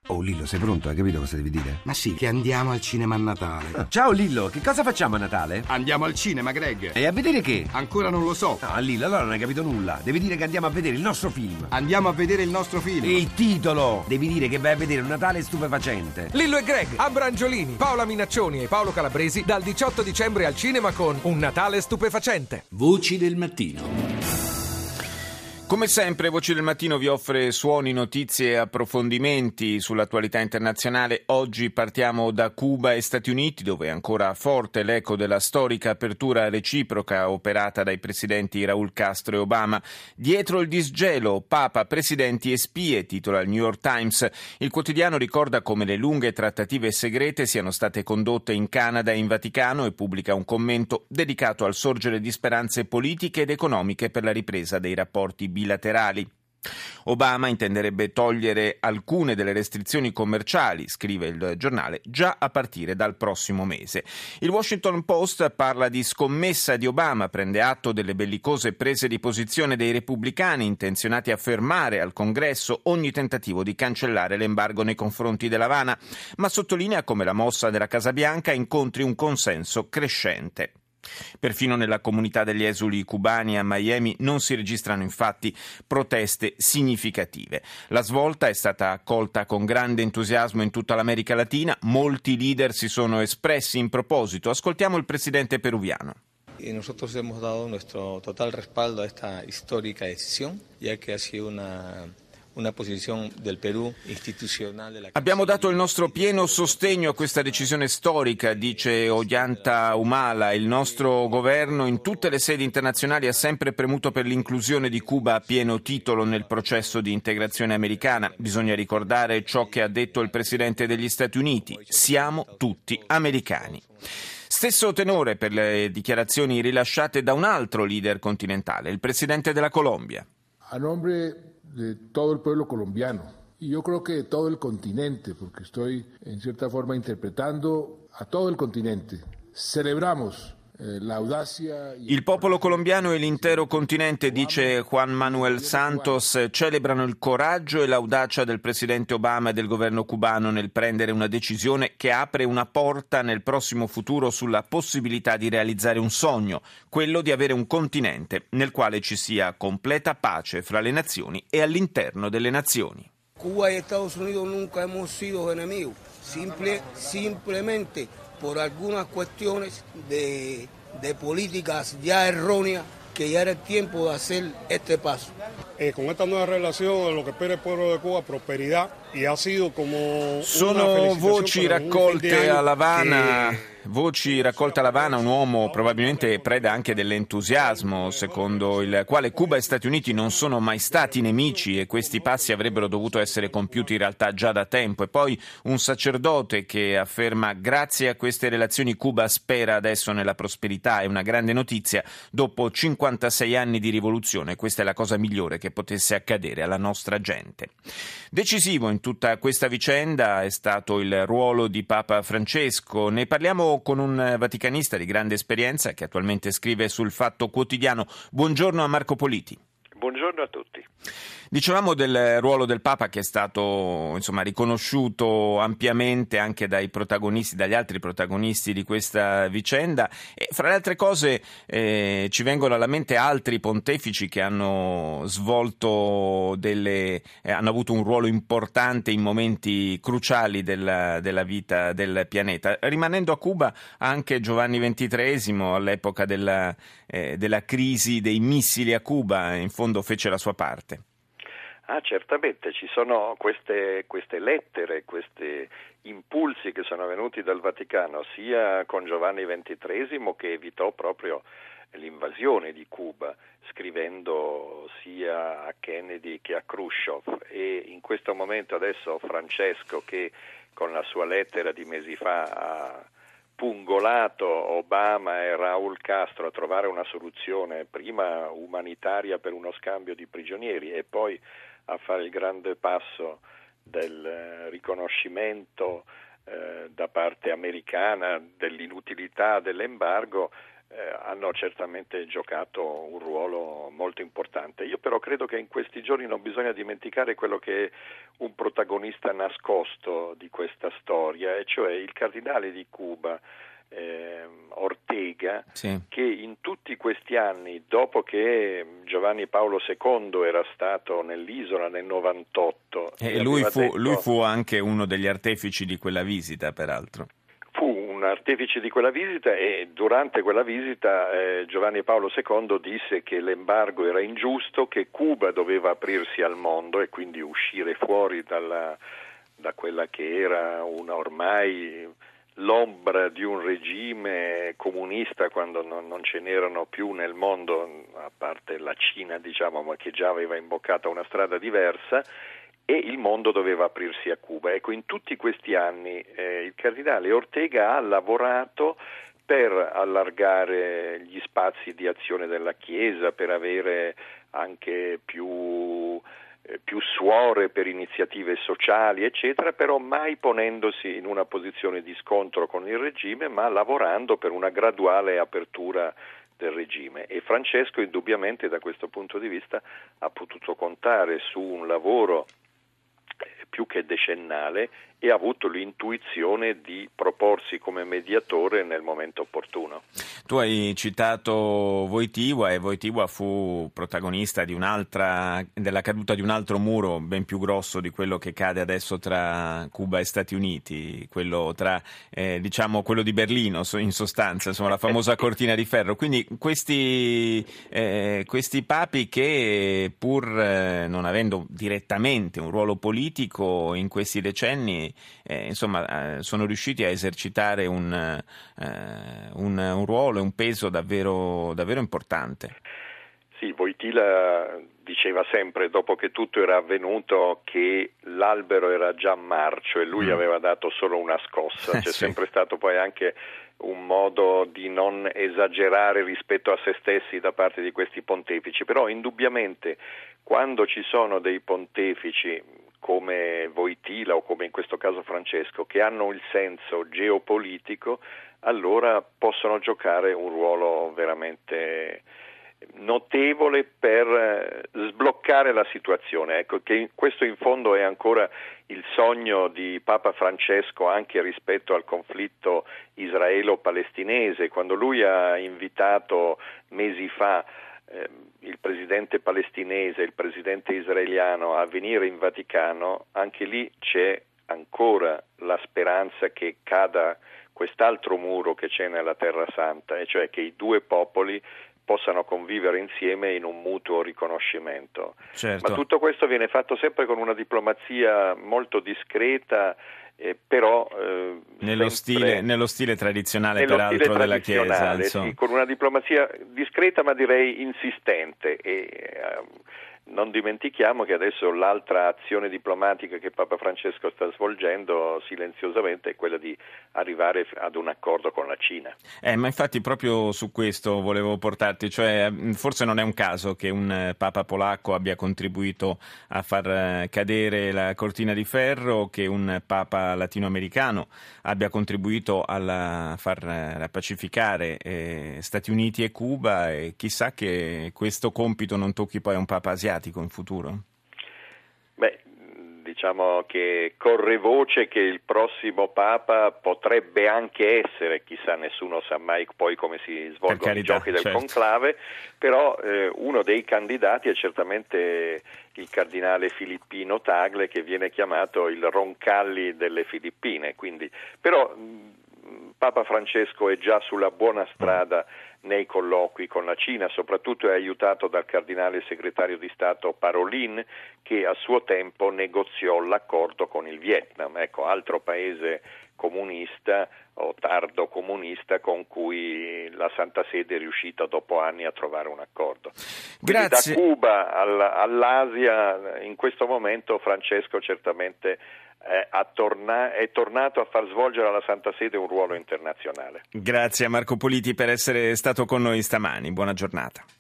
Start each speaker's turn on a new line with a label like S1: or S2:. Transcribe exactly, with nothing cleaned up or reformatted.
S1: Oh Lillo, sei pronto? Hai capito cosa devi dire?
S2: Ma sì, che andiamo al cinema a Natale.
S1: Ah, ciao Lillo, che cosa facciamo a Natale?
S2: Andiamo al cinema, Greg.
S1: E a vedere che?
S2: Ancora non lo so.
S1: No, Lillo, allora non hai capito nulla. Devi dire che andiamo a vedere il nostro film.
S2: Andiamo a vedere il nostro film.
S1: Il titolo! Devi dire che vai a vedere un Natale stupefacente.
S3: Lillo e Greg, Abrangiolini, Paola Minaccioni e Paolo Calabresi dal diciotto dicembre al cinema con Un Natale stupefacente.
S4: Voci del mattino.
S5: Come sempre, Voci del Mattino vi offre suoni, notizie e approfondimenti sull'attualità internazionale. Oggi partiamo da Cuba e Stati Uniti, dove è ancora forte l'eco della storica apertura reciproca operata dai presidenti Raúl Castro e Obama. Dietro il disgelo, Papa, presidenti e spie, titola il New York Times. Il quotidiano ricorda come le lunghe trattative segrete siano state condotte in Canada e in Vaticano e pubblica un commento dedicato al sorgere di speranze politiche ed economiche per la ripresa dei rapporti bilaterali. Obama intenderebbe togliere alcune delle restrizioni commerciali, scrive il giornale, già a partire dal prossimo mese. Il Washington Post parla di scommessa di Obama, prende atto delle bellicose prese di posizione dei repubblicani intenzionati a fermare al Congresso ogni tentativo di cancellare l'embargo nei confronti dell'Havana, ma sottolinea come la mossa della Casa Bianca incontri un consenso crescente. Perfino nella comunità degli esuli cubani a Miami non si registrano infatti proteste significative. La svolta è stata accolta con grande entusiasmo in tutta l'America Latina, molti leader si sono espressi in proposito. Ascoltiamo il presidente peruviano.
S6: Y nosotros hemos dado nuestro total respaldo a esta histórica decisión, ya que ha sido una Una posizione del Perù istituzionale.
S5: Abbiamo dato il nostro pieno sostegno a questa decisione storica, dice Ollanta Humala. Il nostro governo in tutte le sedi internazionali ha sempre premuto per l'inclusione di Cuba a pieno titolo nel processo di integrazione americana. Bisogna ricordare ciò che ha detto il presidente degli Stati Uniti: siamo tutti americani. Stesso tenore per le dichiarazioni rilasciate da un altro leader continentale, il presidente della Colombia.
S7: A nombre de todo el pueblo colombiano y yo creo que de todo el continente, porque estoy en cierta forma interpretando a todo el continente. Celebramos
S5: Il popolo colombiano e l'intero continente, dice Juan Manuel Santos, celebrano il coraggio e l'audacia del presidente Obama e del governo cubano nel prendere una decisione che apre una porta nel prossimo futuro sulla possibilità di realizzare un sogno, quello di avere un continente nel quale ci sia completa pace fra le nazioni e all'interno delle nazioni.
S8: Cuba y Estados Unidos nunca hemos sido enemigos, simple, simplemente por algunas cuestiones de, de políticas ya erróneas que ya era el tiempo de hacer este paso.
S9: Eh, con esta nueva relación lo que espera el pueblo de Cuba, prosperidad, y ha sido como
S5: Sono voci raccolte a L'Havana. Che... Voci raccolte a L'Havana, un uomo probabilmente preda anche dell'entusiasmo, secondo il quale Cuba e Stati Uniti non sono mai stati nemici e questi passi avrebbero dovuto essere compiuti in realtà già da tempo. E poi un sacerdote che afferma: grazie a queste relazioni Cuba spera adesso nella prosperità, è una grande notizia dopo cinquantasei anni di rivoluzione, questa è la cosa migliore che potesse accadere alla nostra gente. Decisivo in tutta questa vicenda è stato il ruolo di Papa Francesco. Ne parliamo con un vaticanista di grande esperienza che attualmente scrive sul Fatto Quotidiano. Buongiorno a Marco Politi.
S10: Buongiorno a tutti.
S5: Dicevamo del ruolo del Papa che è stato insomma riconosciuto ampiamente anche dai protagonisti, dagli altri protagonisti di questa vicenda, e fra le altre cose eh, ci vengono alla mente altri pontefici che hanno svolto delle eh, hanno avuto un ruolo importante in momenti cruciali della, della vita del pianeta. Rimanendo a Cuba, anche Giovanni ventitreesimo all'epoca della, eh, della crisi dei missili a Cuba in fondo fece la sua parte.
S10: Ah, certamente, ci sono queste, queste lettere, questi impulsi che sono venuti dal Vaticano, sia con Giovanni ventitreesimo che evitò proprio l'invasione di Cuba, scrivendo sia a Kennedy che a Khrushchev, e in questo momento adesso Francesco, che con la sua lettera di mesi fa ha pungolato Obama e Raúl Castro a trovare una soluzione prima umanitaria per uno scambio di prigionieri e poi a fare il grande passo del riconoscimento eh, da parte americana dell'inutilità dell'embargo, eh, hanno certamente giocato un ruolo molto importante. Io però credo che in questi giorni non bisogna dimenticare quello che è un protagonista nascosto di questa storia, e cioè il cardinale di Cuba, Eh, Ortega, sì. che in tutti questi anni, dopo che Giovanni Paolo secondo era stato nell'isola nel novantotto,
S5: e lui fu,
S10: detto,
S5: lui fu anche uno degli artefici di quella visita, peraltro.
S10: Fu un artefice di quella visita, e durante quella visita eh, Giovanni Paolo secondo disse che l'embargo era ingiusto, che Cuba doveva aprirsi al mondo e quindi uscire fuori dalla, da quella che era una ormai l'ombra di un regime comunista, quando non, non ce n'erano più nel mondo, a parte la Cina, diciamo, ma che già aveva imboccato una strada diversa, e il mondo doveva aprirsi a Cuba. Ecco, in tutti questi anni eh, il cardinale Ortega ha lavorato per allargare gli spazi di azione della Chiesa, per avere anche più più suore per iniziative sociali, eccetera, però mai ponendosi in una posizione di scontro con il regime, ma lavorando per una graduale apertura del regime. E Francesco indubbiamente da questo punto di vista ha potuto contare su un lavoro più che decennale e ha avuto l'intuizione di proporsi come mediatore nel momento opportuno.
S5: Tu hai citato Wojtyła, e Wojtyła fu protagonista di un'altra, della caduta di un altro muro ben più grosso di quello che cade adesso tra Cuba e Stati Uniti, quello tra eh, diciamo quello di Berlino in sostanza, insomma la famosa cortina di ferro. Quindi questi eh, questi papi che pur eh, non avendo direttamente un ruolo politico in questi decenni Eh, insomma, eh, sono riusciti a esercitare un, eh, un, un ruolo e un peso davvero, davvero importante.
S10: Sì, Wojtyła diceva sempre, dopo che tutto era avvenuto, che l'albero era già marcio e lui mm. aveva dato solo una scossa. C'è sì. sempre stato poi anche un modo di non esagerare rispetto a se stessi da parte di questi pontefici, però indubbiamente quando ci sono dei pontefici come Wojtyła o come in questo caso Francesco, che hanno il senso geopolitico, allora possono giocare un ruolo veramente notevole per sbloccare la situazione. Ecco, che questo in fondo è ancora il sogno di Papa Francesco anche rispetto al conflitto israelo-palestinese, quando lui ha invitato mesi fa eh, il presidente palestinese e il presidente israeliano a venire in Vaticano. Anche lì c'è ancora la speranza che cada quest'altro muro che c'è nella Terra Santa, e cioè che i due popoli possano convivere insieme in un mutuo riconoscimento.
S5: Certo.
S10: Ma tutto questo viene fatto sempre con una diplomazia molto discreta, eh, però eh,
S5: nello, stile, nello stile tradizionale
S10: nello
S5: peraltro
S10: stile
S5: della Chiesa,
S10: sì, con una diplomazia discreta ma direi insistente. E eh, non dimentichiamo che adesso l'altra azione diplomatica che Papa Francesco sta svolgendo silenziosamente è quella di arrivare ad un accordo con la Cina.
S5: Eh, ma infatti proprio su questo volevo portarti, cioè forse non è un caso che un Papa polacco abbia contribuito a far cadere la cortina di ferro, che un Papa latinoamericano abbia contribuito a far pacificare eh, Stati Uniti e Cuba, e chissà che questo compito non tocchi poi a un Papa asiatico in futuro?
S10: Beh, diciamo che corre voce che il prossimo Papa potrebbe anche essere, chissà, nessuno sa mai poi come si svolgono carità, i giochi del certo. conclave, però eh, uno dei candidati è certamente il cardinale filippino Tagle, che viene chiamato il Roncalli delle Filippine. Quindi, però mh, Papa Francesco è già sulla buona strada nei colloqui con la Cina, soprattutto è aiutato dal cardinale segretario di Stato Parolin, che a suo tempo negoziò l'accordo con il Vietnam, ecco, altro paese comunista o tardo comunista con cui la Santa Sede è riuscita dopo anni a trovare un accordo. Quindi da Cuba all'Asia in questo momento Francesco certamente è, torna- è tornato a far svolgere alla Santa Sede un ruolo internazionale.
S5: Grazie a Marco Politi per essere stato con noi stamani, buona giornata.